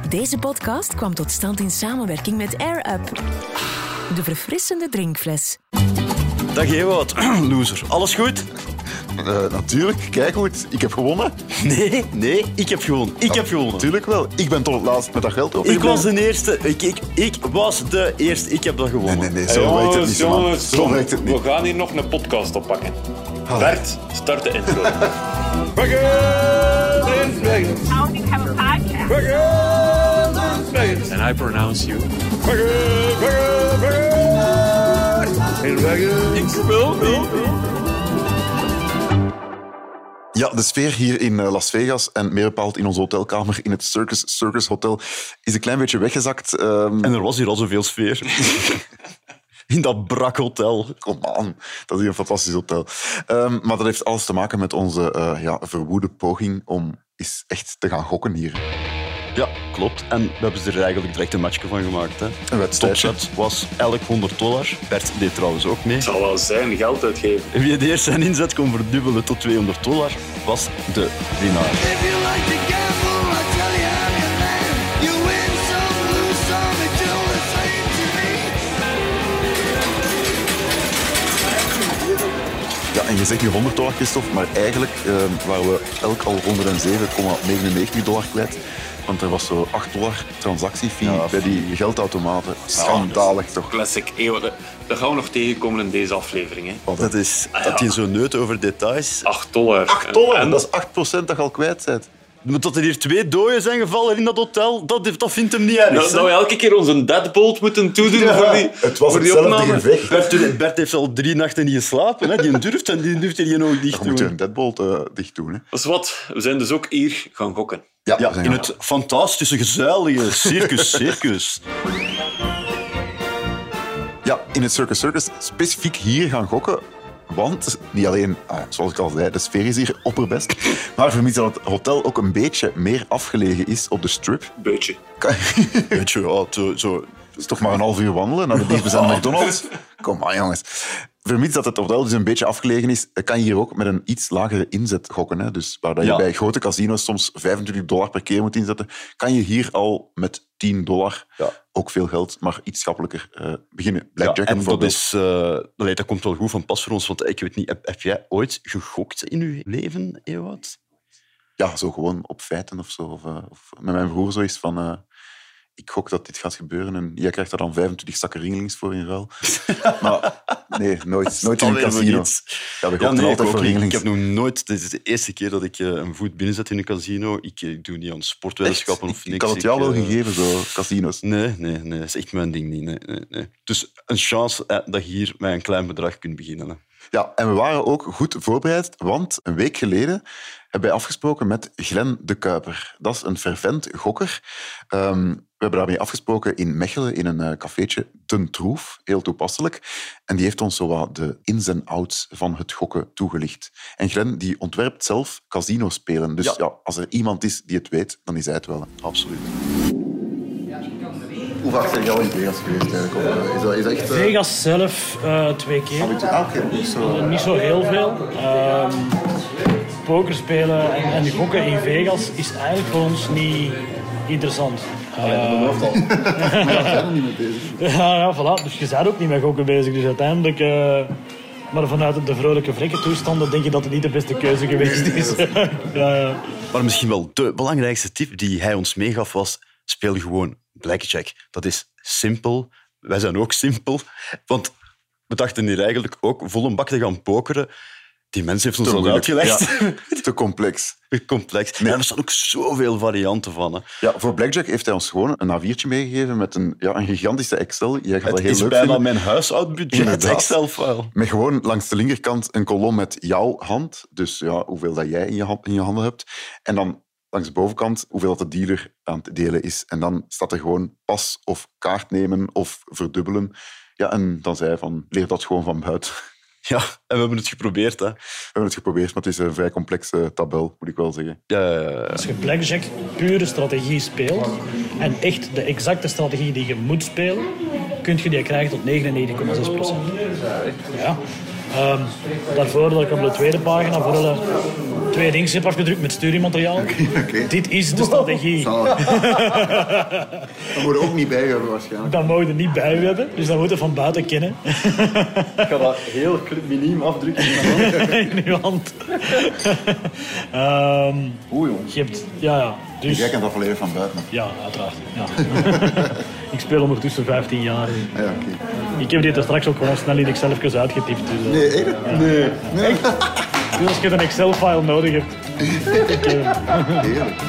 Deze podcast kwam tot stand in samenwerking met Air Up. De verfrissende drinkfles. Dag Ewout, loser. Alles goed? Natuurlijk, kijk goed. Ik heb gewonnen. Nee, ik heb gewonnen. Ik heb gewonnen. Natuurlijk wel. Ik ben toch het laatst met dat geld over. Ik was de eerste. Ik was de eerste. Ik heb dat gewonnen. Nee, zo werkt het niet, man. Jongens, Zo werkt het niet. we gaan hier nog een podcast oppakken. Bert, start de intro. I don't even have a podcast. And I pronounce you. Ja, de sfeer hier in Las Vegas en meer bepaald in onze hotelkamer in het Circus Hotel is een klein beetje weggezakt. En er was hier al zoveel sfeer. In dat brak hotel. Kom aan, dat is hier een fantastisch hotel. Maar dat heeft alles te maken met onze verwoede poging om eens echt te gaan gokken hier. Ja, klopt. En we hebben er eigenlijk direct een matchje van gemaakt. Hè. Een wedstrijdje. Topzet was elk $100. Bert deed trouwens ook mee. Het zal wel zijn, geld uitgeven. Wie het eerst zijn inzet kon verdubbelen tot $200 was de winnaar. If you like to gamble, I tell you I'm your man. You win some, lose some, it's all the same to me. Ja, en je zegt nu $100, Christophe, maar eigenlijk waren we elk al $107,99 kwijt. Want er was zo $8 transactiefee bij die geldautomaten. Schandalig toch? Classic. Dat gaan we nog tegenkomen in deze aflevering. Hè. Dat is dat je zo neut over details. $8. $8, En dat is 8% dat je al kwijt bent. Maar dat er hier 2 doden zijn gevallen in dat hotel, dat vindt hem niet erg. dat we elke keer onze deadbolt moeten toedoen voor die, Het was voor die hetzelfde opname. gevecht. Bert heeft al 3 nachten niet geslapen. Hè. Die durft hier nog dicht Dan moet je doen. een deadbolt dicht doen. Hè. Dat is wat. We zijn dus ook hier gaan gokken. Ja, we zijn in gaan- het fantastische, gezellige circus. Ja, in het Circus specifiek hier gaan gokken. Want niet alleen, zoals ik al zei, de sfeer is hier opperbest. Maar vermits dat het hotel ook een beetje meer afgelegen is op de strip. Beutje. Weet je, ja, zo. Het is toch maar een half uur wandelen naar de dichtstbijzijnde McDonald's. Kom maar, jongens. Vermits dat het hotel dus een beetje afgelegen is, kan je hier ook met een iets lagere inzet gokken. Hè? Dus waar dat je Ja. bij grote casinos soms $25 per keer moet inzetten, kan je hier al met $10, ook veel geld, maar iets schappelijker beginnen. Blackjack en bijvoorbeeld. dat komt wel goed van pas voor ons, want ik weet niet, heb jij ooit gegokt in je leven, Ewout? Ja, zo gewoon op feiten of zo. Of met mijn broer zo is van... ik gok dat dit gaat gebeuren en jij krijgt daar dan 25 zakken ringelings voor in ruil. Maar nee, nooit in een casino. Ja, we gokten altijd voor Ik ringelings. heb nog nooit... Dit is de eerste keer dat ik een voet binnenzet in een casino. Ik doe niet aan sportwetenschappen of niks. Ik had het jou wel gegeven, zo casinos. Nee, dat is echt mijn ding niet. Nee. Dus een chance dat je hier met een klein bedrag kunt beginnen. Hè. Ja, en we waren ook goed voorbereid, want een week geleden hebben wij afgesproken met Glenn de Kuiper. Dat is een fervent gokker. We hebben daarmee afgesproken in Mechelen, in een cafeetje, Den Troef. Heel toepasselijk. En die heeft ons zo wat de ins en outs van het gokken toegelicht. En Glenn die ontwerpt zelf casinospelen. Dus ja, als er iemand is die het weet, dan is hij het wel. Absoluut. Hoe vaak zijn jij al in Vegas geweest eigenlijk? Is dat echt... Vegas zelf 2 keer. Niet zo heel veel. Poker spelen en gokken in Vegas is eigenlijk voor ons niet interessant. Ja, voilà. Dus je bent ook niet met gokken bezig. Dus uiteindelijk... maar vanuit de vrolijke vrekkentoestanden denk je dat het niet de beste keuze geweest is. Ja. Maar misschien wel de belangrijkste tip die hij ons meegaf was: speel gewoon blackjack. Dat is simpel. Wij zijn ook simpel. Want we dachten hier eigenlijk ook vol een bak te gaan pokeren. Die mens heeft ons al uitgelegd. Ja, te complex. Complex. Nee. En er staan ook zoveel varianten van. Hè. Ja, voor blackjack heeft hij ons gewoon een A4'tje meegegeven met een gigantische Excel. Jij gaat dat Het heel is leuk bijna vinden. mijn huishoudbudget, Inderdaad. Excel-file. Met gewoon langs de linkerkant een kolom met jouw hand. Dus ja, hoeveel dat jij in je handen hebt. En dan langs de bovenkant hoeveel dat de dealer aan het delen is. En dan staat er gewoon pas of kaart nemen of verdubbelen. Ja, en dan zei hij van, leer dat gewoon van buiten. Ja, en we hebben het geprobeerd. Hè. We hebben het geprobeerd, maar het is een vrij complexe tabel, moet ik wel zeggen. Als je blackjack pure strategie speelt en echt de exacte strategie die je moet spelen, kun je die krijgen tot 99,6%. Ja. Daarvoor dat ik op de tweede pagina voor 2 dingen heb afgedrukt met studiemateriaal. Oké. Dit is de strategie. Zalig. Dat moet je ook niet bij hebben waarschijnlijk. Dat mogen we er niet bij hebben, dus dat moeten we van buiten kennen. Ik ga dat heel miniem afdrukken in mijn hand. In uw hand. Oeh, jongen. Je hebt... Ja. Dus, Jij kent dat volledig van buiten. ja, uiteraard. Ja. Ik speel ondertussen 15 jaar. Ah, ja, oké. Ik heb dit er straks ook gewoon snel in Excel even uitgetypt. Dus, Nee, echt? Nee. dus als je een Excel-file nodig hebt... Heerlijk.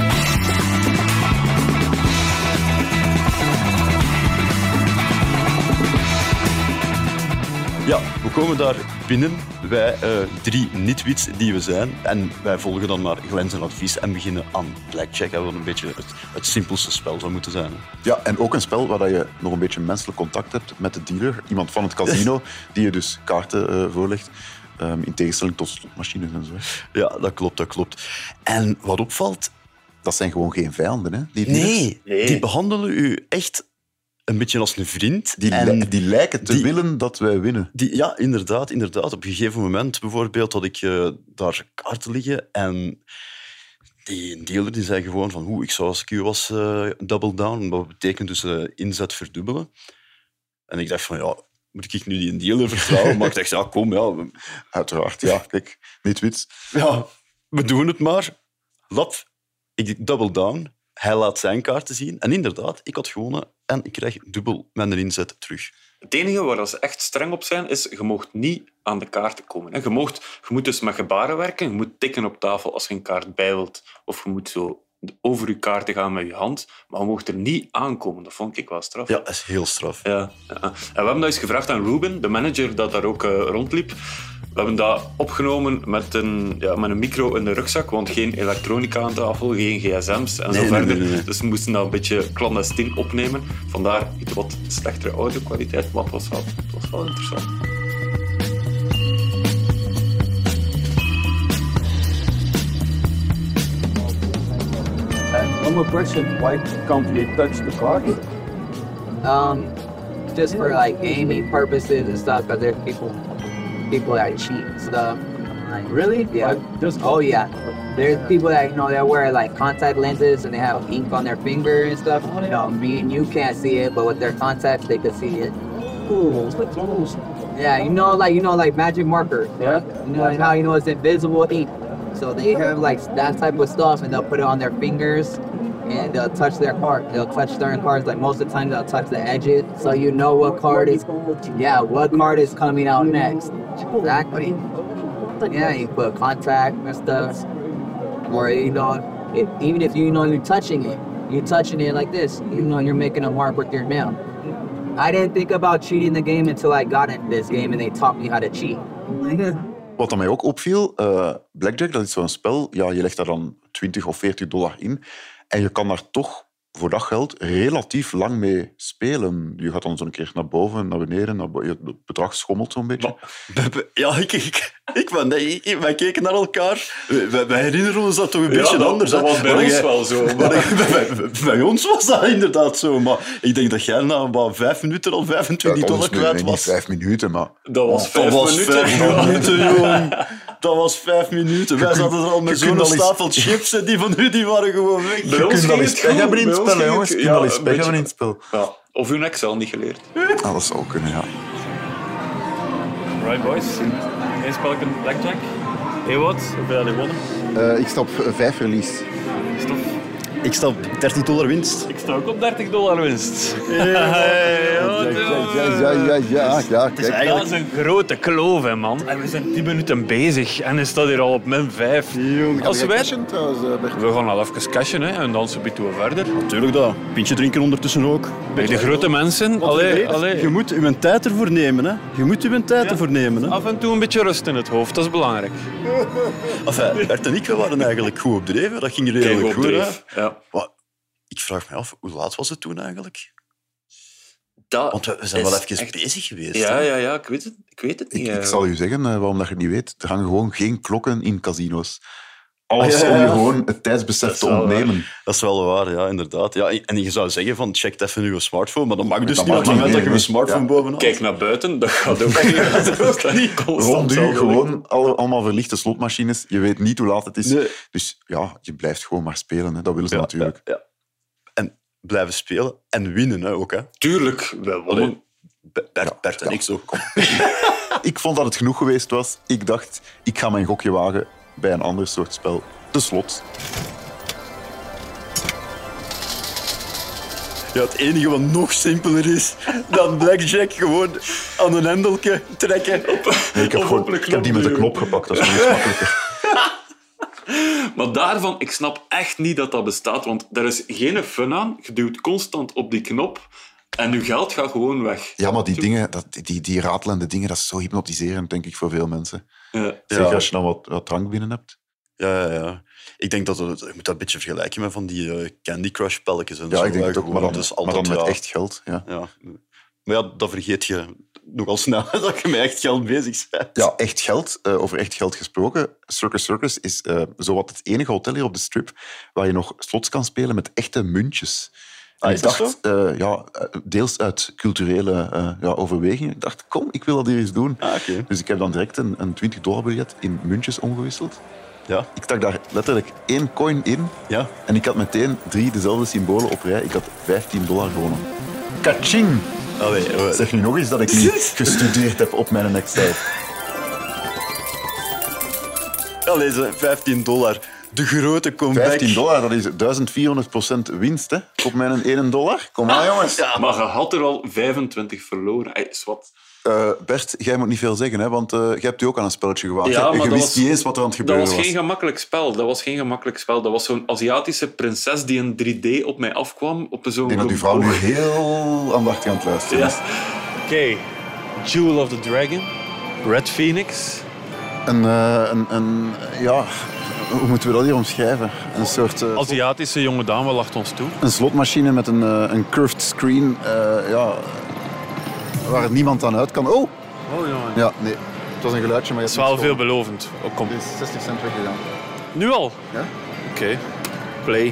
Ja, we komen daar binnen, wij 3 nitwits die we zijn. En wij volgen dan maar Glenn zijn advies en beginnen aan blackjack. Wat een beetje het simpelste spel zou moeten zijn. Hè. Ja, en ook een spel waar je nog een beetje menselijk contact hebt met de dealer. Iemand van het casino die je dus kaarten voorlegt. In tegenstelling tot slotmachines en zo. Ja, dat klopt. En wat opvalt... Dat zijn gewoon geen vijanden, hè? Die dealers. Nee, die behandelen u echt een beetje als een vriend. Die lijken te willen dat wij winnen. Ja, inderdaad. Op een gegeven moment bijvoorbeeld had ik daar kaarten liggen en die dealer die zei gewoon van ik zou als ik u was double down. Dat betekent dus inzet verdubbelen. En ik dacht van moet ik nu die dealer vertrouwen? Maar ik dacht, ja, kom, ja. Uiteraard, ja. Kijk, niet wits. Ja, we doen het maar. Lap, ik double down. Hij laat zijn kaarten zien. En inderdaad, ik had gewonnen en ik krijg dubbel mijn inzet terug. Het enige waar ze echt streng op zijn, is je mag niet aan de kaarten komen. Je moet dus met gebaren werken. Je moet tikken op tafel als je een kaart bij wilt. Of je moet zo over je kaarten gaan met je hand. Maar je mag er niet aankomen. Dat vond ik wel straf. Ja, dat is heel straf. Ja. En we hebben dat eens gevraagd aan Ruben, de manager dat daar ook rondliep. We hebben dat opgenomen met een micro in de rugzak, want geen elektronica aan tafel, geen gsm's en zo verder. Nee. Dus we moesten dat een beetje clandestien opnemen. Vandaar iets wat slechtere audio-kwaliteit, maar het was wel interessant. One more question. Why can't you touch the cards? Just for like gaming purposes and stuff, because there's people that cheat and stuff. Like, Really? Yeah. Just Oh yeah. There's people that that wear like contact lenses and they have ink on their finger and stuff. Me and you can't see it, but with their contacts they can see it. Yeah, like magic marker. Yeah. And how it's invisible ink. So they have like that type of stuff, and they'll put it on their fingers, and they'll touch their card. They'll touch certain cards. Like most of the time, they'll touch the edges, so you know what card is coming out next. Exactly. Yeah, you put contact and stuff, or even if you're touching it like this. You're making a mark with your nail. I didn't think about cheating the game until I got into this game, and they taught me how to cheat. Wat dan mij ook opviel, blackjack, dat is zo'n spel, ja, je legt daar dan $20 of $40 in en je kan daar toch voor dat geld relatief lang mee spelen. Je gaat dan zo'n keer naar boven, naar beneden, het bedrag schommelt zo'n beetje. Ja, wij keken naar elkaar. Wij herinneren ons dat toch een beetje anders. Dat was bij ons wel zo. Bij ons was dat inderdaad zo. Maar ik denk dat jij na 5 minuten al $25 kwijt was. Niet 5 minuten, maar... Dat was 5 minuten. 5 minuten, jong. Dat was 5 minuten. Wij zaten er al met zo'n stapel chips en die van u die waren gewoon weg. Bij ons ging het goed. hebben in het spel, jongens. Je kunt al eens pech hebben in het spel. Ja. Of uw Excel niet geleerd. Ah, dat zou kunnen, ja. Right, boys. Eén spelletje blackjack. Hey, wat? Hoeveel had je gewonnen? Ik sta op 5 release. Stof. Ik sta op $30 winst. Ik sta ook op $30 winst. Ja, kijk. Dat is een grote kloof, hè, man. En we zijn 10 minuten bezig en hij staat hier al op -5. Als wij... We gaan al even cashen, hè, en dan doen we verder. Natuurlijk dat. Pintje drinken ondertussen ook. Bij de grote mensen. Allee. Je moet je tijd ervoor nemen. Hè. Je moet je tijd ervoor nemen. Hè. Af en toe een beetje rust in het hoofd, dat is belangrijk. Enfin, Bert en ik we waren eigenlijk goed op dreven. Dat ging redelijk goed. Hè. Ja. Maar ik vraag me af, hoe laat was het toen eigenlijk? Dat Want we zijn wel is even echt... bezig geweest. Ja, hè. ja, ik weet het niet. Ik zal u zeggen waarom dat je het niet weet. Er hangen gewoon geen klokken in casino's. Alles om je gewoon het tijdsbesef te ontnemen. Dat is wel waar, ja, inderdaad. Ja, en je zou zeggen van, check even je smartphone, maar dat mag dus Dat niet mag op het moment niet, dat je nee. je smartphone bovenaan. Kijk naar buiten, dat gaat ook niet. Dat is ook niet constant. Rond u hetzelfde. gewoon allemaal verlichte slotmachines. Je weet niet hoe laat het is. Nee. Dus ja, je blijft gewoon maar spelen. Hè. Dat willen ze natuurlijk. Ja. En blijven spelen en winnen hè, ook. Hè. Tuurlijk, wel wonnen. Bert en ik zo. Ik vond dat het genoeg geweest was. Ik dacht, ik ga mijn gokje wagen bij een ander soort spel. De slot. Ja, het enige wat nog simpeler is dan blackjack, gewoon aan een hendeltje trekken. Nee, ik heb die met de knop gepakt. Dat is nog iets makkelijker. Maar daarvan, ik snap echt niet dat dat bestaat, want er is geen fun aan. Je duwt constant op die knop en je geld gaat gewoon weg. Ja, maar die dingen, die ratelende dingen, dat is zo hypnotiserend, denk ik, voor veel mensen. Ja. Zeker als je dan wat drank binnen hebt. Ja. Ik denk dat je moet dat een beetje vergelijken met van die Candy Crush spelletjes en Ja, zo. ik denk het ook, gewoon, maar dan, dus maar dan met echt geld. Ja. Ja. Maar ja, dat vergeet je nogal snel, dat je met echt geld bezig bent. Ja, echt geld. Over echt geld gesproken. Circus Circus is zowat het enige hotel hier op de strip waar je nog slots kan spelen met echte muntjes. En ik dacht, deels uit culturele overwegingen, ik dacht, kom, ik wil dat hier eens doen. Okay. Dus ik heb dan direct een $20 in muntjes omgewisseld. Ja. Ik stak daar letterlijk 1 coin in Ja. en ik had meteen 3 dezelfde symbolen op rij. Ik had $15 gewonnen. Kaching! Allee, Zeg nu nog eens dat ik niet gestudeerd heb op mijn Excel. allee, ze, $15. De grote comeback. $15, dat is 1400% winst hè, op mijn $1. Kom maar, jongens. Ja, maar je had er al 25 verloren. Hey, is wat. Bert, jij moet niet veel zeggen, hè, want jij hebt u ook aan een spelletje gewaagd. Ja, je maar dat wist was- niet eens wat er aan het gebeuren Dat was was. geen gemakkelijk spel. Dat was zo'n Aziatische prinses die in 3D op mij afkwam. Op zo'n Ik denk dat uw vrouw nu heel aandachtig aan het luisteren Ja. is. Oké. Jewel of the Dragon. Red Phoenix. Ja, hoe moeten we dat hier omschrijven? Een soort Aziatische jonge dame lacht ons toe. een slotmachine met een curved screen, waar niemand aan uit kan. Oh! Oh jongen. Ja, nee. Het was een geluidje, maar je Dat is wel veelbelovend. Oh, kom. Het is 60 cent weggegaan. Nu al? Ja? Oké. Play.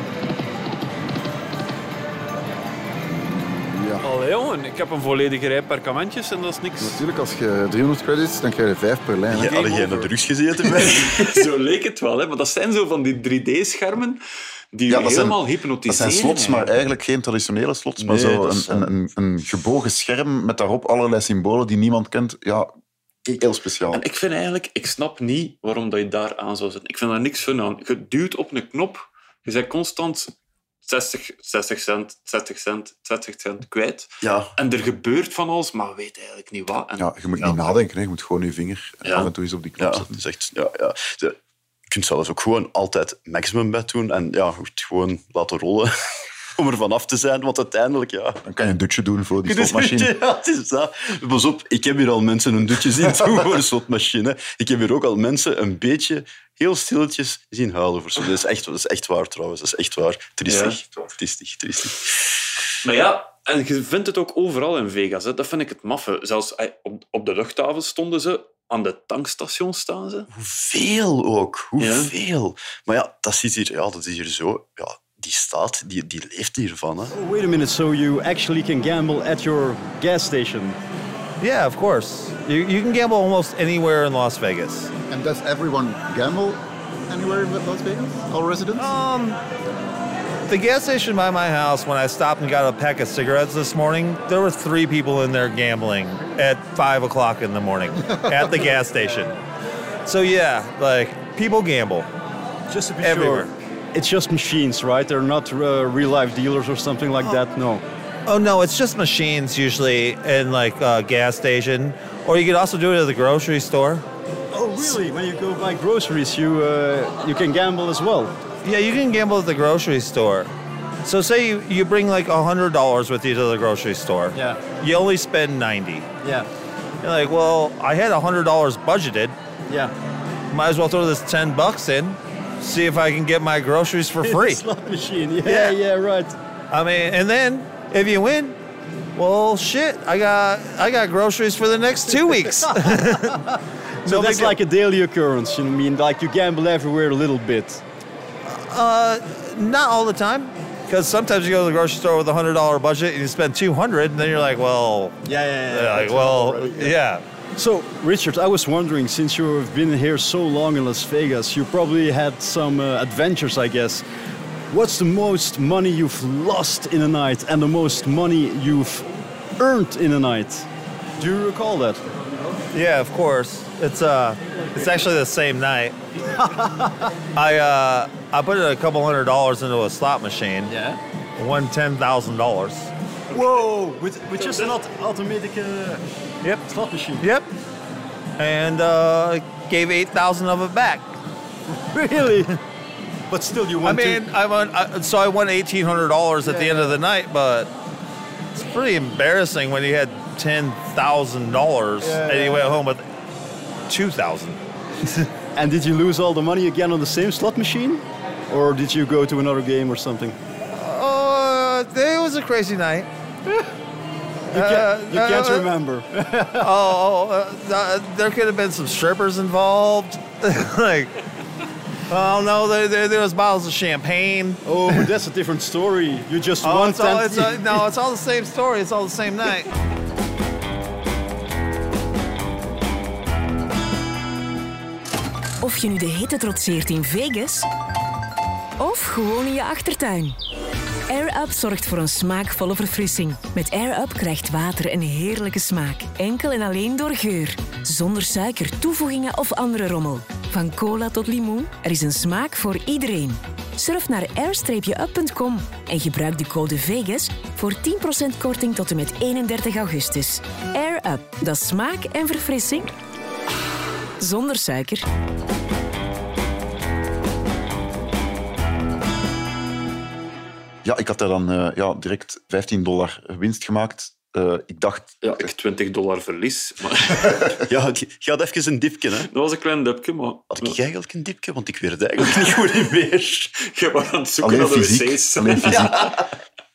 Ja. Allee jongen, ik heb een volledige rij perkamentjes en dat is niks. Natuurlijk, als je 300 credits, dan krijg je 5 per lijn. hè. Hadden jij naar drugs gezeten? Bij? Zo leek het wel, hè? Maar dat zijn zo van die 3D-schermen die Ja, je dat zijn- helemaal Dat hypnotiseren. zijn slots, maar eigenlijk geen traditionele slots, maar Nee, zo dat is, een gebogen scherm met daarop allerlei symbolen die niemand kent. Ja, heel speciaal. En ik vind eigenlijk, ik snap niet waarom dat je daar aan zou zetten. Ik vind daar niks fun aan. Je duwt op een knop, je bent constant 60 cent, 60 cent, 60 cent kwijt. Ja. En er gebeurt van alles, maar weet eigenlijk niet wat. En Ja, je moet niet nadenken, hè. Je moet gewoon je vinger Ja. af en toe eens op die knop Ja, zetten. dat is echt, ja. Je kunt zelfs ook gewoon altijd maximum bet doen en ja, goed, gewoon laten rollen om er vanaf te zijn, want uiteindelijk, ja... Dan kan je een dutje doen voor die Dus, slotmachine. ja, het is dat. Pas op, ik heb hier al mensen een dutje zien doen voor een slotmachine. Ik heb hier ook al mensen een beetje heel stilletjes zien huilen voor slot. Dat is echt waar trouwens, dat is echt waar. Triestig. Triestig. Maar ja, en je vindt het ook overal in Vegas. Hè. Dat vind ik het maffe. Zelfs op de luchthaven stonden ze, aan de tankstation staan ze. Hoeveel ook, Ja. hoeveel. Maar ja, dat is hier zo... Ja, die staat, die leeft hiervan. Hè. Wait a minute, so you actually can gamble at your gas station? Yeah, of course. You can gamble almost anywhere in Las Vegas. And does everyone gamble anywhere in Las Vegas? All residents? The gas station by my house, when I stopped and got a pack of cigarettes this morning, there were 3 people in there gambling at 5 o'clock in the morning at the gas station. So yeah, like, people gamble. Just to be everywhere. sure. It's just machines, right? They're not real-life dealers or something like that? No. Oh no, it's just machines usually in like a gas station, or you could also do it at the grocery store. Oh, really? When you go buy groceries, you can gamble as well? Yeah, you can gamble at the grocery store. So say you bring like $100 with you to the grocery store. Yeah. You only spend 90. Yeah. You're like, well, I had $100 budgeted. Yeah. Might as well throw this $10 in, see if I can get my groceries for free. Slot machine. Yeah, right. I mean, and then if you win, well, shit, I got groceries for the next 2 weeks. So that's like a daily occurrence. You mean like you gamble everywhere a little bit? Not all the time. Because sometimes you go to the grocery store with a $100 budget and you spend $200, and then you're like, well, yeah. So, Richard, I was wondering, since you have been here so long in Las Vegas, you probably had some adventures, I guess. What's the most money you've lost in a night and the most money you've earned in a night? Do you recall that? Yeah, of course. It's actually the same night. I put a couple $100 into a slot machine. Yeah. Won $10,000. Whoa! With just an automatic slot machine. Yep. And gave 8,000 of it back. Really? But still, you won. I won $1,800 at the end of the night, but it's pretty embarrassing when you had $10,000 and you went home with 2,000. And did you lose all the money again on the same slot machine? Or did you go to another game or something? It was a crazy night. You can't remember. There could have been some strippers involved. Oh no, there was bottles of champagne. Oh, but that's a different story. You just won. It's all the same story. It's all the same night. Of je nu de hitte trotseert in Vegas of gewoon in je achtertuin. Air Up zorgt voor een smaakvolle verfrissing. Met Air Up krijgt water een heerlijke smaak. Enkel en alleen door geur. Zonder suiker, toevoegingen of andere rommel. Van cola tot limoen, er is een smaak voor iedereen. Surf naar air-up.com en gebruik de code VEGAS voor 10% korting tot en met 31 augustus. Air Up, dat is smaak en verfrissing zonder suiker. Ja, ik had daar dan direct $15 winst gemaakt. Ik dacht... Ja, ik $20 verlies. Maar... Ja, je had even een dipje, hè? Dat was een klein dipje, maar... Had ik eigenlijk een dipje? Want ik weet het eigenlijk niet goed in meer. Je was aan het zoeken naar de wc's. Alleen fysiek. Ja.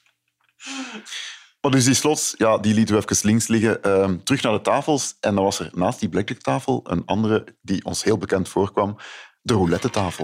Maar dus die slots, die lieten we even links liggen. Terug naar de tafels. En dan was er naast die blackjack tafel een andere die ons heel bekend voorkwam. De roulette tafel.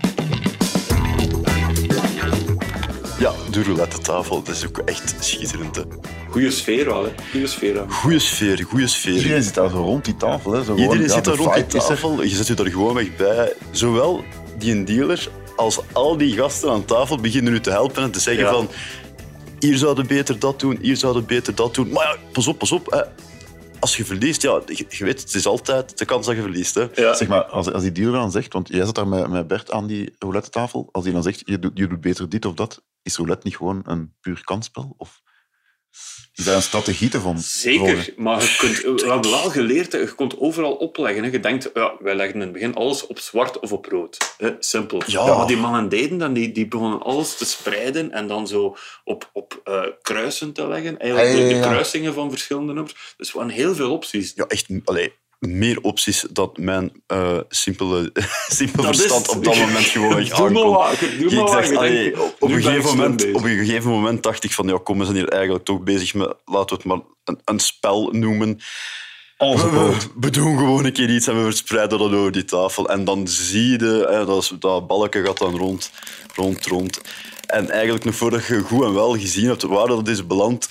Ja, de roulette tafel, dat is ook echt schitterend. Hè. Goeie sfeer wel, hè. Goeie sfeer. Iedereen zit daar zo rond die tafel. Hè. Zo Iedereen zit daar rond die tafel. Je zet je daar gewoon weg bij. Zowel die dealer als al die gasten aan tafel beginnen nu te helpen en te zeggen van... Hier zouden beter dat doen, hier zouden beter dat doen. Maar ja, pas op. Hè. Als je verliest, je weet, het is altijd de kans dat je verliest. Hè. Ja. Zeg maar, als die dealer dan zegt, want jij zat daar met Bert aan die roulette tafel, als die dan zegt, je doet beter dit of dat, is roulette niet gewoon een puur kansspel? Of is daar een strategie te van? Zeker, maar we hebben wel geleerd, je kunt overal opleggen. Hè. Je denkt, wij leggen in het begin alles op zwart of op rood. Hè. Simpel. Ja. Maar die mannen deden dan, die begonnen alles te spreiden en dan zo op kruisen te leggen. Eigenlijk de kruisingen van verschillende nummers. Dus we hadden heel veel opties. Ja, echt... meer opties dan mijn simpel verstand op dat moment gewoon echt aankomt. Op een gegeven moment dacht ik van, kom, we zijn hier eigenlijk toch bezig met, laten we het maar een spel noemen. We doen gewoon een keer iets en we verspreiden dat over die tafel. En dan zie je, dat balken gaat dan rond. En eigenlijk nog voordat je goed en wel gezien hebt waar dat is beland...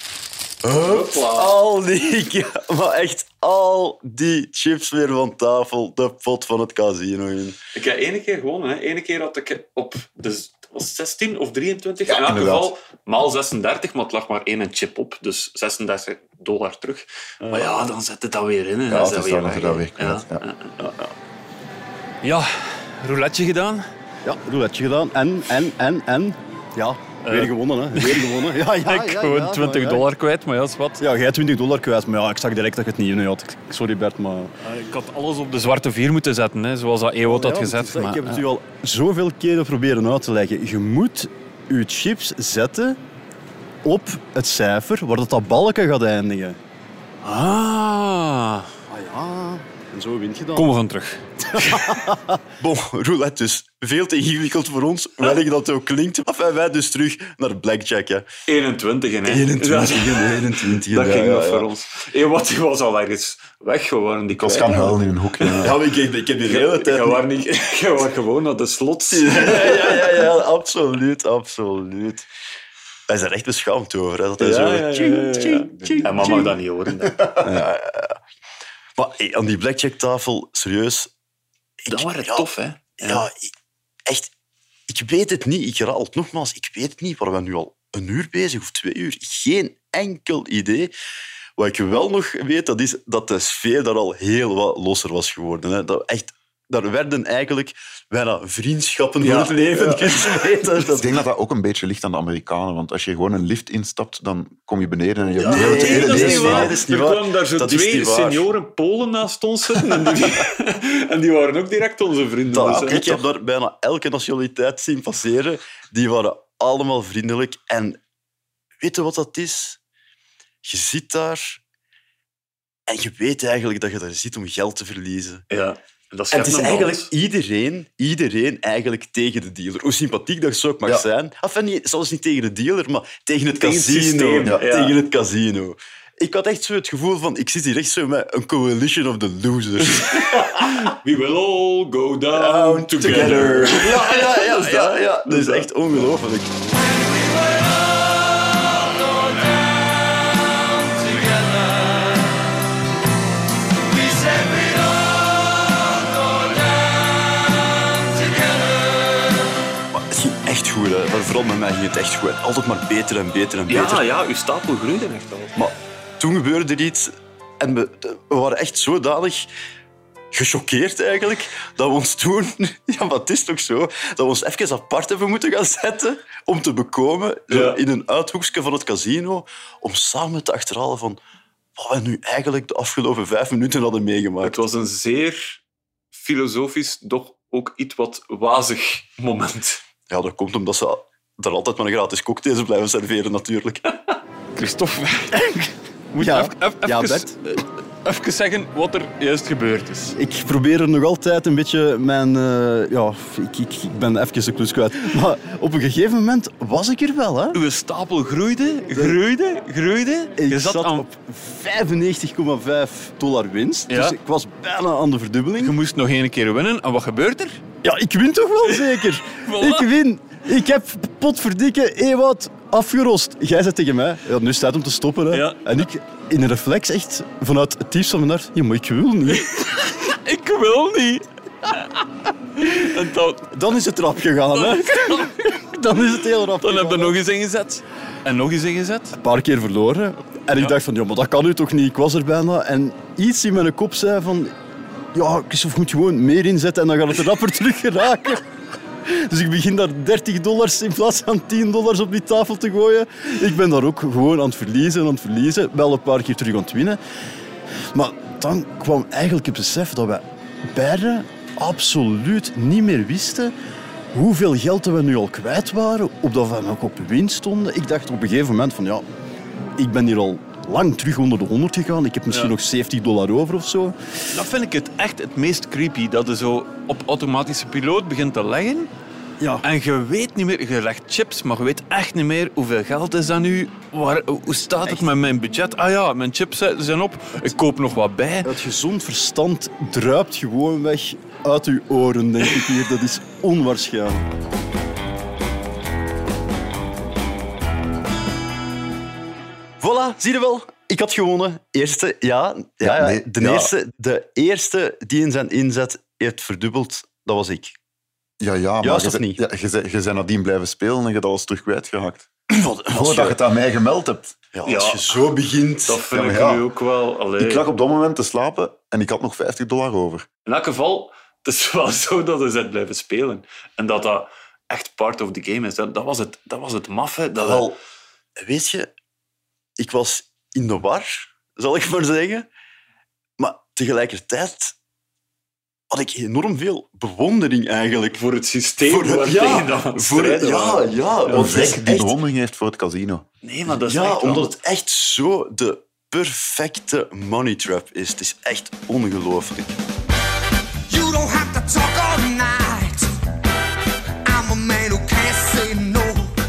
Al die chips weer van tafel, de pot van het casino in. Ik heb één keer gewonnen. Eén keer had ik op de 16 of 23, in elk geval maal 36, maar het lag maar één chip op, dus $36 terug. Maar dan zet het dat weer in. Ja, dat is dan weer kwijt. Ja, rouletje gedaan. Ja, rouletje gedaan. En... Ja, weer gewonnen, hè. Ik gewoon $20 kwijt, maar ja, dat is wat. Ja, jij $20 kwijt, maar ik zag direct dat je het niet had. Sorry Bert, maar... Ik had alles op de zwarte 4 moeten zetten, hè, zoals dat Ewout had gezet. Ik heb het u al zoveel keren proberen uit te leggen. Je moet je chips zetten op het cijfer waar dat balken gaat eindigen. Ah. Ja. En zo wint je dan. Kom we gaan terug. Bon, roulette dus. Veel te ingewikkeld voor ons, hoe erg dat ook klinkt. Enfin, wij dus terug naar blackjack. Hè. 21, hè. 21. Dat ging nog voor ons. Hey, wat, die was al ergens weg geworden. Die Ik was gaan huilen in een hoekje. Ja, maar ik heb hier de hele tijd... Je was gewoon naar de slots. Ja, absoluut. Hij is er echt beschaamd over. Hè, dat hij zo... En mama mag dat niet horen. Maar hey, aan die blackjack-tafel, serieus... Dat waren tof, hè? Ja, echt. Ik weet het niet. Ik herhaal het nogmaals. Ik weet het niet. Waren we nu al 1 uur bezig of 2 uur? Geen enkel idee. Wat ik wel nog weet, dat is dat de sfeer daar al heel wat losser was geworden. Hè. Dat echt... Daar werden eigenlijk bijna vriendschappen voor het leven gesmeten. Ik denk dat dat ook een beetje ligt aan de Amerikanen. Want als je gewoon een lift instapt, dan kom je beneden en je hebt Nee, dat is niet waar. dat is niet Er waar. kwamen daar zo Dat is 2 niet waar. senioren Polen naast ons zitten. En die waren ook direct onze vrienden. Dat, Dus, ik heb daar bijna elke nationaliteit zien passeren. Die waren allemaal vriendelijk. En weet je wat dat is? Je zit daar en je weet eigenlijk dat je daar zit om geld te verliezen. Ja. Dat En het is een eigenlijk balans. iedereen eigenlijk tegen de dealer. Hoe sympathiek dat ook mag zijn. Enfin, niet, zelfs niet tegen de dealer, maar tegen het Tegen het casino. systeem, ja. Tegen het casino. Ik had echt zo het gevoel van, ik zit hier echt zo met een coalition of the losers. We will all go down together. Ja. Dat is echt ongelooflijk. Het ging echt goed, hè. Maar vooral met mij ging het echt goed. Altijd maar beter en beter en beter. Ja, uw stapel groeide echt al. Maar toen gebeurde er iets en we waren echt zodanig gechoqueerd eigenlijk, dat we ons toen... Ja, maar het is toch zo? Dat we ons even apart hebben moeten gaan zetten om te bekomen, zo in een uithoekje van het casino, om samen te achterhalen van wat we nu eigenlijk de afgelopen 5 minuten hadden meegemaakt. Het was een zeer filosofisch, doch ook iets wat wazig moment. Ja, dat komt omdat ze er altijd maar een gratis cocktails blijven serveren, natuurlijk. Christophe, moet je even zeggen wat er juist gebeurd is. Ik probeer er nog altijd een beetje mijn... ik ben even de klus kwijt. Maar op een gegeven moment was ik er wel, hè. Uw stapel groeide. Ik zat op $95,5 winst. Ja. Dus ik was bijna aan de verdubbeling. Je moest nog 1 keer winnen. En wat gebeurt er? Ja, ik win toch wel zeker. Voilà. Ik win. Ik heb potverdikke Ewout afgerost. Jij zei tegen mij, ja, nu staat het om te stoppen. Hè. Ja. En ik, in een reflex, echt vanuit het diepst van mijn hart, ja, maar ik wil niet. Ik wil niet. En dan is het rap gegaan. Hè. Dan is het heel rap Dan gegaan. heb je nog eens ingezet. En nog eens ingezet. Een paar keer verloren. En ik dacht van, ja, maar dat kan nu toch niet. Ik was er bijna. En iets in mijn kop zei van, ja, Christophe moet gewoon meer inzetten en dan gaat het rapper terug geraken. Dus ik begin daar $30 in plaats van $10 op die tafel te gooien. Ik ben daar ook gewoon aan het verliezen. Wel een paar keer terug aan het winnen. Maar dan kwam eigenlijk het besef dat wij beiden absoluut niet meer wisten hoeveel geld we nu al kwijt waren, opdat we nog op winst stonden. Ik dacht op een gegeven moment van, ja, ik ben hier al lang terug onder de 100 gegaan. Ik heb misschien nog $70 over of zo. Dat vind ik het echt het meest creepy. Dat je zo op automatische piloot begint te leggen. Ja. En je weet niet meer, je legt chips, maar je weet echt niet meer hoeveel geld is dat nu. Hoe staat het met mijn budget? Ah ja, mijn chips zijn op. Ik koop nog wat bij. Het gezond verstand druipt gewoon weg uit uw oren, denk ik hier. Dat is onwaarschijnlijk. Voilà, zie je wel? Ik had gewonnen. Eerste, de eerste die in zijn inzet heeft verdubbeld, dat was ik. Ja, maar Juist of niet? Ja, je bent nadien blijven spelen en je hebt alles terug kwijtgeraakt. Voordat Voordat je het aan mij gemeld hebt. Ja, als je zo begint... Dat vind Ja, ik maar ja. nu ook wel. Allee. Ik lag op dat moment te slapen en ik had nog $50 over. In elk geval, het is wel zo dat je bent blijven spelen. En dat echt part of the game is. Dat was het maffe. Wel, weet je, ik was in de war, zal ik maar zeggen. Maar tegelijkertijd had ik enorm veel bewondering eigenlijk. Voor het systeem waar tegen dat aan het strijden waren. Ja. Een Want het is vlek die echt... bewondering heeft voor het casino. Nee, maar dat is Ja, echt wel- omdat het echt zo de perfecte money trap is. Het is echt ongelooflijk. You don't have to talk all night. I'm a man who can't say no.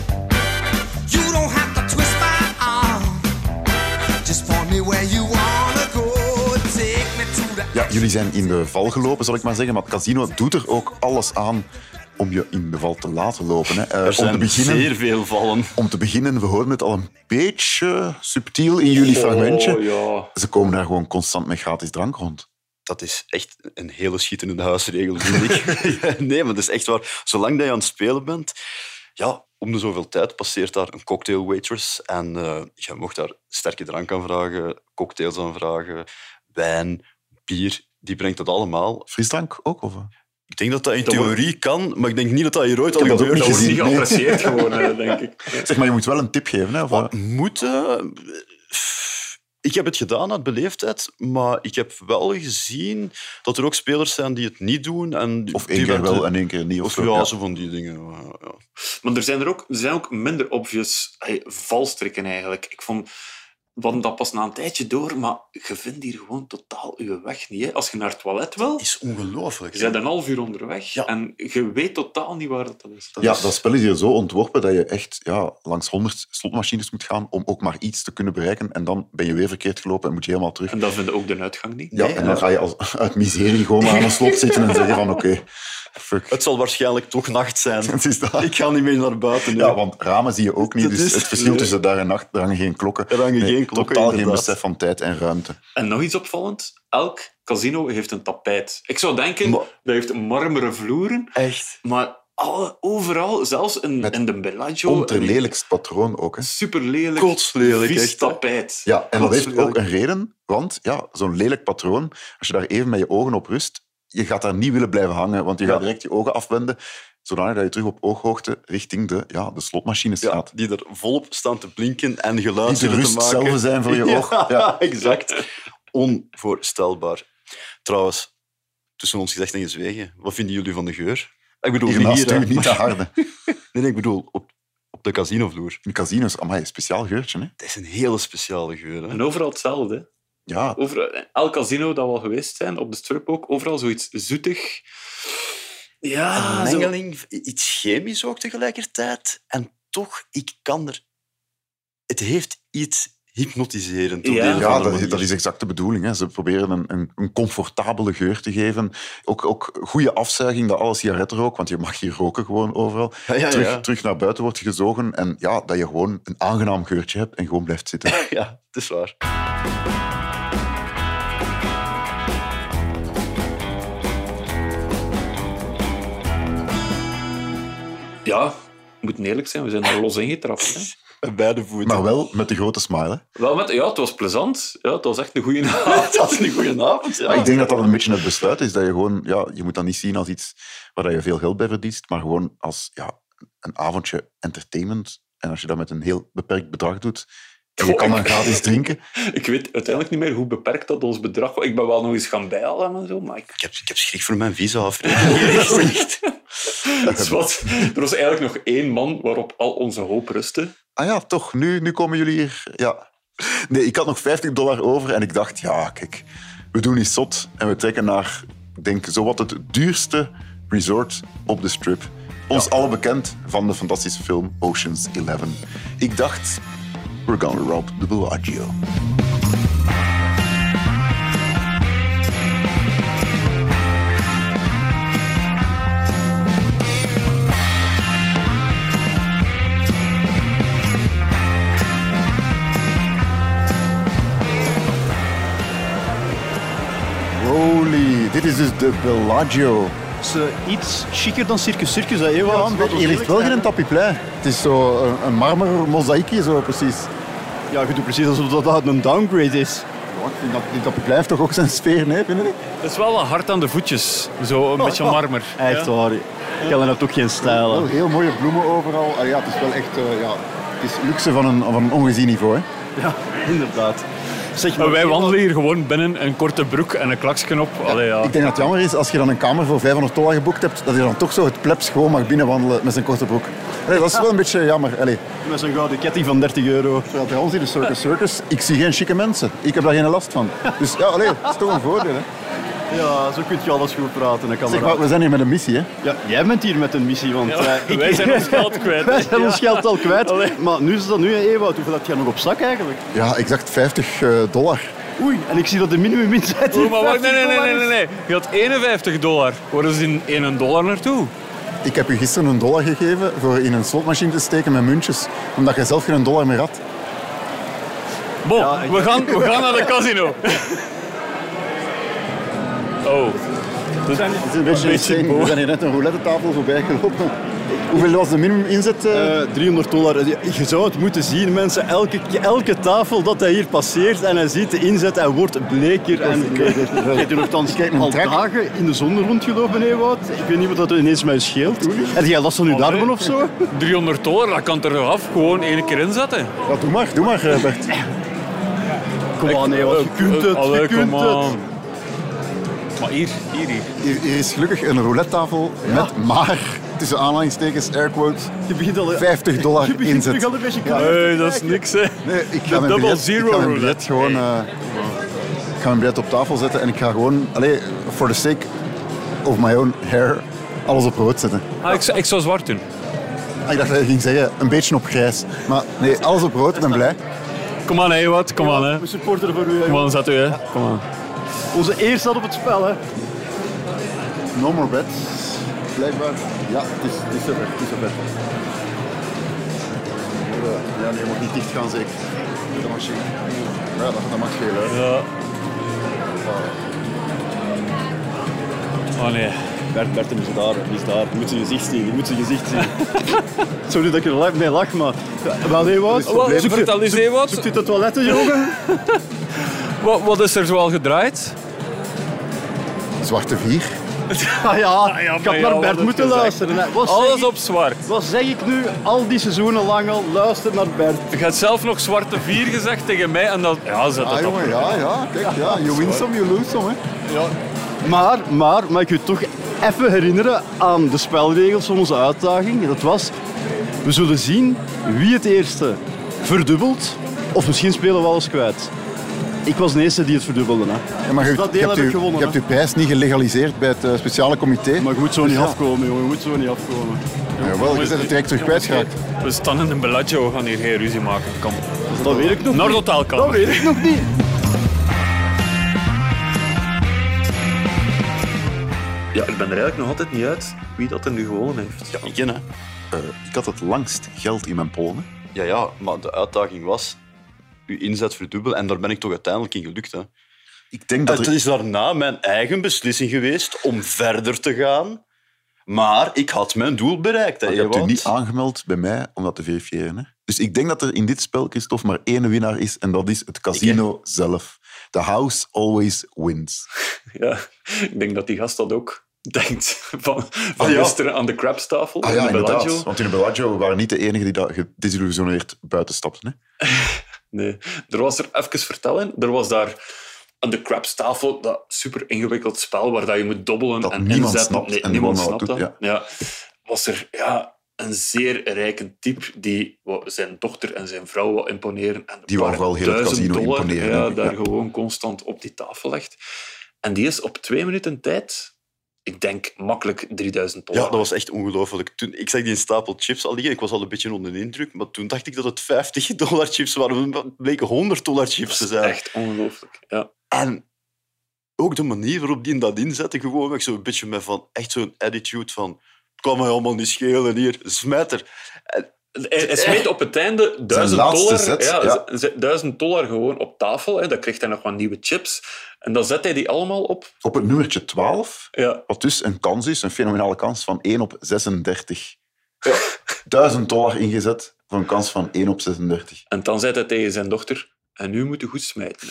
You don't have to twist my arm. Just point me where you wanna go. Take me to the... Ja, jullie zijn in de val gelopen, zal ik maar zeggen. Maar het casino doet er ook alles aan om je in de val te laten lopen. Hè. Er zijn zeer veel vallen. Om te beginnen, we hoorden het al een beetje subtiel in jullie fragmentje. Ja. Ze komen daar gewoon constant met gratis drank rond. Dat is echt een hele schitterende huisregel, vind ik. Nee, maar dat is echt waar. Zolang dat je aan het spelen bent, ja, om de zoveel tijd passeert daar een cocktail waitress en je mocht daar sterke drank aanvragen, cocktails aanvragen, wijn, bier. Die brengt dat allemaal. Frisdrank ook? Of? Ik denk dat dat in theorie kan, maar ik denk niet dat dat hier ooit al heb dat ook gebeurd niet is. gezien. Niet geapprecieerd gewoon, denk ik. Zeg maar, je moet wel een tip geven. Hè, of? Moeten... Ik heb het gedaan uit beleefdheid, maar ik heb wel gezien dat er ook spelers zijn die het niet doen. En Of één keer wel en één keer niet. Of ja, zo van die dingen. Ja. Maar er zijn ook minder obvious valstrikken eigenlijk. Ik vond... We hadden dat pas na een tijdje door, maar je vindt hier gewoon totaal je weg niet. Hè. Als je naar het toilet wil... Dat is ongelooflijk. Je bent een half uur onderweg en je weet totaal niet waar dat is. Dat spel is hier zo ontworpen dat je echt langs 100 slotmachines moet gaan om ook maar iets te kunnen bereiken. En dan ben je weer verkeerd gelopen en moet je helemaal terug. En dat vinden ook de uitgang niet. Ja, en dan ga je uit miserie gewoon maar aan een slot zitten en zeggen van oké, fuck. Het zal waarschijnlijk toch nacht zijn. Het is dat. Ik ga niet meer naar buiten. Nu. Ja, want ramen zie je ook niet. Dus het verschil tussen dag en nacht, er hangen geen klokken. Er hangen geen klokken, totaal geen inderdaad. besef van tijd en ruimte. En nog iets opvallend. Elk casino heeft een tapijt. Ik zou denken, dat heeft marmeren vloeren. Echt? Maar overal, zelfs in de Bellagio... Onterlelijkst patroon ook. Hè. Super lelijk. Kotslelijk, vies echt. tapijt. Ja, en dat heeft Kotslelijk. ook een reden. Want zo'n lelijk patroon, als je daar even met je ogen op rust, je gaat daar niet willen blijven hangen, want je gaat direct je ogen afwenden, zodanig dat je terug op ooghoogte richting de slotmachines gaat. Die er volop staan te blinken en geluid Die de te rust maken. zelf zijn voor je oog. Ja, exact. Onvoorstelbaar. Trouwens, tussen ons gezegd en gezwegen, wat vinden jullie van de geur? Ik bedoel, Hier niet naast hier, u, niet te harde. Nee, ik bedoel, op de casinovloer. In casinos, amai, speciaal geurtje. Hè? Het is een hele speciale geur. Hè? En overal hetzelfde. Hè. Ja. Elk casino dat we al geweest zijn, op de strip ook, overal zoiets zoetig. Ja, Een mengeling, iets chemisch ook tegelijkertijd. En toch, ik kan er... Het heeft iets hypnotiserend. Ja, dat is exact de bedoeling. Hè. Ze proberen een comfortabele geur te geven. Ook goede afzuiging, dat alle sigarettenrook, want je mag hier roken gewoon overal, terug naar buiten wordt gezogen. En ja, dat je gewoon een aangenaam geurtje hebt en gewoon blijft zitten. Ja, het is waar. Ja, we moeten eerlijk zijn, we zijn er los ingetrapt. Hè. Met beide voeten. Maar wel met de grote smile. Hè. Wel het was plezant. Ja, het was echt een goede avond. Het was een goede avond, ja. Maar ik denk dat dat een beetje het besluit is, dat je gewoon... Ja, je moet dat niet zien als iets waar je veel geld bij verdient, maar gewoon als een avondje entertainment. En als je dat met een heel beperkt bedrag doet, en je kan dan gratis drinken. Ik weet uiteindelijk niet meer hoe beperkt dat ons bedrag was. Ik ben wel nog eens gaan bijhalen en zo, maar Ik heb schrik voor mijn visa-afrekening. er was eigenlijk nog 1 man waarop al onze hoop rustte. Ah ja, toch, nu komen jullie hier. Ja. Nee, ik had nog $50 over en ik dacht, ja, kijk, we doen iets zot en we trekken naar, ik denk, zowat het duurste resort op de strip. Ons allen bekend van de fantastische film Ocean's 11. Ik dacht, we're gonna rob the Bellagio. Holy, dit is dus de Bellagio. Het is iets chiquer dan Circus Circus. Dat Hier ligt wel geen tapiplein. Het is zo een marmer mozaïekje, zo precies. Ja, je doet precies alsof dat een downgrade is. Ja, ik vind dat die tapiplein heeft toch ook zijn sfeer, nee, vind je niet? Het is wel wat hard aan de voetjes. Zo een beetje marmer. Echt waar. Jelle hebt ook geen stijl. Wel heel mooie bloemen overal. Ja, het is wel echt het is luxe van een ongezien niveau. Hè. Ja, inderdaad. Zeg maar, wij wandelen hier gewoon binnen een korte broek en een klaksken op. Allee, ja. Ik denk dat het jammer is als je dan een kamer voor $500 geboekt hebt, dat je dan toch zo het plebs gewoon mag binnenwandelen met zijn korte broek. Nee, dat is wel een beetje jammer. Allee. Met zo'n gouden ketting van €30. Terwijl bij ons in de Circus, ik zie geen chique mensen. Ik heb daar geen last van. Dus ja, allee, dat is toch een voordeel. Hè? Ja, zo kun je alles goed praten. Zeg maar, we zijn hier met een missie, hè? Ja, jij bent hier met een missie, want wij zijn ons geld kwijt. Wij zijn ons geld al kwijt. Allee. Maar nu is dat nu, Ewout. Hoeveel heb jij nog op zak eigenlijk? Ja, exact $50. Oei, en ik zie dat de minimuminzet hier Maar wacht, $50 nee. Je had $51. Waar is in $1 naartoe? Ik heb u gisteren $1 gegeven voor in een slotmachine te steken met muntjes, omdat je zelf geen $1 meer had. Bon, we gaan naar de casino. Oh. Het is een beetje insane. We zijn hier net een roulette-tafel voorbij gelopen. Hoeveel was de minimuminzet? $300. Je zou het moeten zien, mensen. Elke tafel dat hij hier passeert en hij ziet de inzet, hij wordt bleker. En je hebt hier nogthans al dagen in de zon rondgelopen, Ewout. Ik weet niet wat dat ineens mij scheelt. Heb jij last van uw darmen of zo? $300, dat kan er af. Gewoon 1 keer inzetten. Ja, doe maar, Bert. Kom aan, Ewout. Je kunt het. Je kunt het. Maar hier. Hier is gelukkig een roulette-tafel met maar, tussen aanhalingstekens, airquotes, $50 inzet. Nee, dat is niks, hè. Nee, ik ga mijn biljet gewoon... ik ga mijn biljet op tafel zetten en ik ga gewoon, for the sake of my own hair, alles op rood zetten. Ik zou zwart doen. Ik dacht dat je ging zeggen, een beetje op grijs. Maar nee, alles op rood, ik ben blij. Kom aan, Ewout, kom aan, hè. We supporteren voor u, hè. Kom aan, zet u, hè. Kom aan. Onze eerste staat op het spel, hè. No more bets. Blijkbaar. Ja, het is zover. Ja, nee, je moet niet dicht gaan, zeker. De machine. Ja, dat mag schelen. Ja. Oh nee. Bert, die is daar. Je moet zijn gezicht zien. Sorry dat ik er mee lach, maar... Wel, Ewout. Vertel eens, Ewout. Zoekt u de toiletten, jongen? Wat is er zoal gedraaid? Zwarte 4. Ik had naar Bert moeten luisteren. Alles op zwart. Wat zeg ik nu al die seizoenen lang al? Luister naar Bert. Je hebt zelf nog zwarte 4 gezegd tegen mij en dat... Ja, zet het op. Jongen, kijk, you win some, you lose some, hè. Ja. Maar ik wil toch even herinneren aan de spelregels van onze uitdaging. Dat was, we zullen zien wie het eerste verdubbelt, of misschien spelen we alles kwijt. Ik was de eerste die het verdubbelde. Hè. Ja, maar je hebt uw prijs niet gelegaliseerd bij het speciale comité. Maar je moet zo niet afkomen, jongen. Je moet zo niet afkomen. Jawel, je bent het direct terug kwijtgeraakt. We staan in een Bellagio, we gaan hier geen ruzie maken. Kom. Dat weet ik nog naar de hotelkamer. Dat weet ik nog niet. Ja, ik ben er eigenlijk nog altijd niet uit wie dat er nu gewonnen heeft. Ja, ik ken, hè. Ik had het langst geld in mijn pollen. Ja, maar de uitdaging was uw inzet verdubbelen en daar ben ik toch uiteindelijk in gelukt. Hè. Ik denk dat het is daarna mijn eigen beslissing geweest om verder te gaan, maar ik had mijn doel bereikt. Je hebt u niet aangemeld bij mij om dat te verifiëren. Hè? Dus ik denk dat er in dit spel, Christophe, maar één winnaar is en dat is het casino zelf. The house always wins. Ja, ik denk dat die gast dat ook denkt van gisteren aan de crabstafel. Ah ja, inderdaad. Want in de Bellagio waren niet de enigen die dat gedesillusioneerd buiten stapten. Hè? Nee, er was er even vertellen. Er was daar aan de crabstafel dat super ingewikkeld spel waar dat je moet dobbelen dat en niemand inzetten. snapt. Nee, en niemand snapt doet, dat. Ja. Was er een zeer rijke type die zijn dochter en zijn vrouw wil imponeren. En die wou wel heel het casino imponeren. Ja, daar gewoon constant op die tafel legt. En die is op 2 minuten tijd... Ik denk makkelijk $3.000. Ja, dat was echt ongelooflijk. Toen, ik zag die stapel chips al liggen. Ik was al een beetje onder de indruk. Maar toen dacht ik dat het $50 chips waren. Het bleken $100 chips te zijn. Echt ongelooflijk, ja. En ook de manier waarop die dat inzetten, gewoon zo'n beetje met echt zo'n attitude van... Het kan mij allemaal niet schelen, hier, smijt er. Hij smeet op het einde $1.000 gewoon op tafel. Hè. Dan kreeg hij nog wat nieuwe chips. En dan zet hij die allemaal op. Op het nummertje 12. Ja. Wat dus een kans is, een fenomenale kans van 1 op 36. Ja. $1.000 ingezet voor een kans van 1 op 36. En dan zei hij tegen zijn dochter... En nu moet je goed smijten.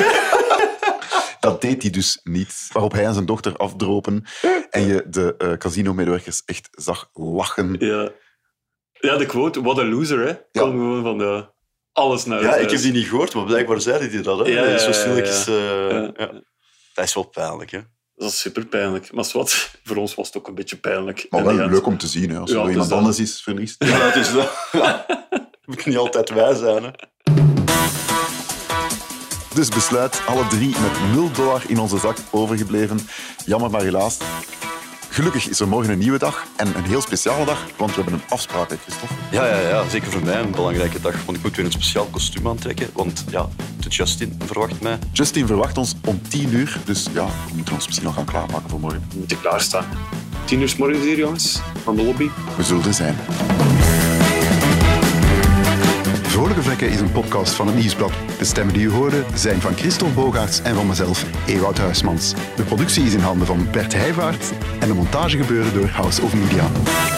Dat deed hij dus niet. Waarop hij en zijn dochter afdropen. En je de casino-medewerkers echt zag lachen. Ja, de quote, what a loser, hè. Kom gewoon van alles naar huis. Ja, ik heb die niet gehoord, maar blijkbaar zeiden die dat. Hè. Ja. Dat is wel pijnlijk, hè. Dat is super pijnlijk. Maar wat, voor ons was het ook een beetje pijnlijk. Maar wel leuk om te zien, hè, als er iemand anders is verliest. Ja, dat is wel. Moet niet altijd wij zijn, hè. Dus besluit, alle 3 met $0 in onze zak overgebleven. Jammer, maar helaas. Gelukkig is er morgen een nieuwe dag en een heel speciale dag, want we hebben een afspraak, hè, Christophe. Ja, zeker voor mij een belangrijke dag. Want ik moet weer een speciaal kostuum aantrekken, want ja, de Justin verwacht mij. Justin verwacht ons om 10:00, dus ja, we moeten ons misschien nog gaan klaarmaken voor morgen. We moeten klaarstaan. 10:00 's morgens hier, jongens, van de lobby. We zullen er zijn. Vrolijke Vlekken is een podcast van het Nieuwsblad. De stemmen die u hoorde zijn van Christophe Bogaerts en van mezelf, Ewout Huismans. De productie is in handen van Bert Heijvaart en de montage gebeurde door House of Media.